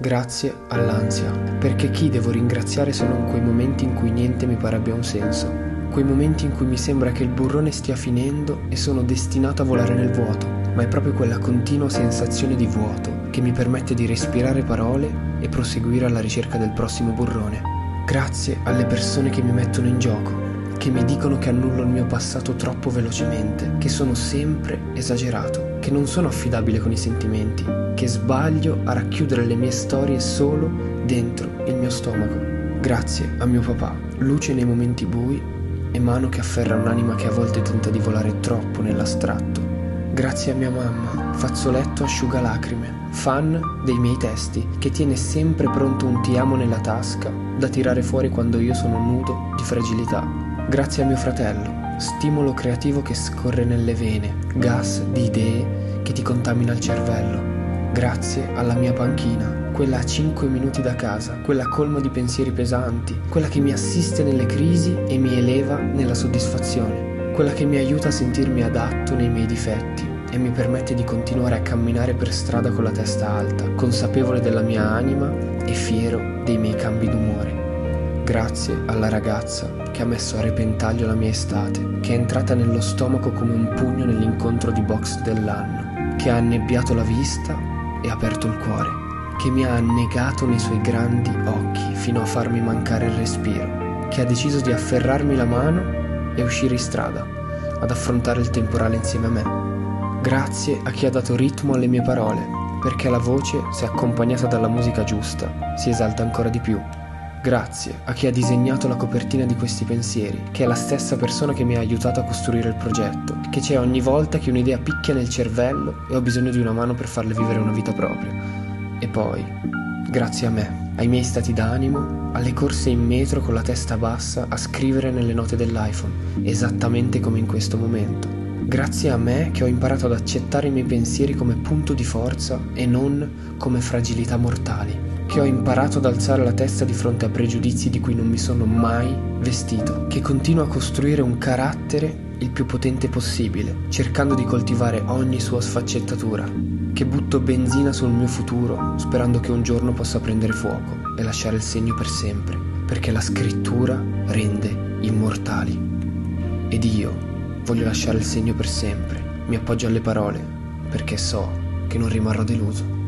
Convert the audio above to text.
Grazie all'ansia, perché chi devo ringraziare se non quei momenti in cui niente mi pare abbia un senso, quei momenti in cui mi sembra che il burrone stia finendo e sono destinato a volare nel vuoto, ma è proprio quella continua sensazione di vuoto che mi permette di respirare parole e proseguire alla ricerca del prossimo burrone. Grazie alle persone che mi mettono in gioco, che mi dicono che annullo il mio passato troppo velocemente, che sono sempre esagerato, che non sono affidabile con i sentimenti, che sbaglio a racchiudere le mie storie solo dentro il mio stomaco. Grazie a mio papà, luce nei momenti bui e mano che afferra un'anima che a volte tenta di volare troppo nell'astratto. Grazie a mia mamma, fazzoletto asciugalacrime, fan dei miei testi, che tiene sempre pronto un ti amo nella tasca da tirare fuori quando io sono nudo di fragilità. Grazie a mio fratello, stimolo creativo che scorre nelle vene, gas di idee che ti contamina il cervello. Grazie alla mia panchina, quella a 5 minuti da casa, quella colma di pensieri pesanti, quella che mi assiste nelle crisi e mi eleva nella soddisfazione, quella che mi aiuta a sentirmi adatto nei miei difetti e mi permette di continuare a camminare per strada con la testa alta, consapevole della mia anima e fiero dei miei cambi d'umore. Grazie alla ragazza che ha messo a repentaglio la mia estate, che è entrata nello stomaco come un pugno nell'incontro di box dell'anno, che ha annebbiato la vista e aperto il cuore, che mi ha annegato nei suoi grandi occhi fino a farmi mancare il respiro, che ha deciso di afferrarmi la mano e uscire in strada, ad affrontare il temporale insieme a me. Grazie a chi ha dato ritmo alle mie parole, perché la voce, se accompagnata dalla musica giusta, si esalta ancora di più. Grazie a chi ha disegnato la copertina di questi pensieri, che è la stessa persona che mi ha aiutato a costruire il progetto, che c'è ogni volta che un'idea picchia nel cervello e ho bisogno di una mano per farle vivere una vita propria. E poi, grazie a me, ai miei stati d'animo, alle corse in metro con la testa bassa a scrivere nelle note dell'iPhone, esattamente come in questo momento. Grazie a me che ho imparato ad accettare i miei pensieri come punto di forza e non come fragilità mortali, che ho imparato ad alzare la testa di fronte a pregiudizi di cui non mi sono mai vestito, che continuo a costruire un carattere il più potente possibile, cercando di coltivare ogni sua sfaccettatura, che butto benzina sul mio futuro sperando che un giorno possa prendere fuoco e lasciare il segno per sempre, perché la scrittura rende immortali. Ed io voglio lasciare il segno per sempre, mi appoggio alle parole, perché so che non rimarrò deluso.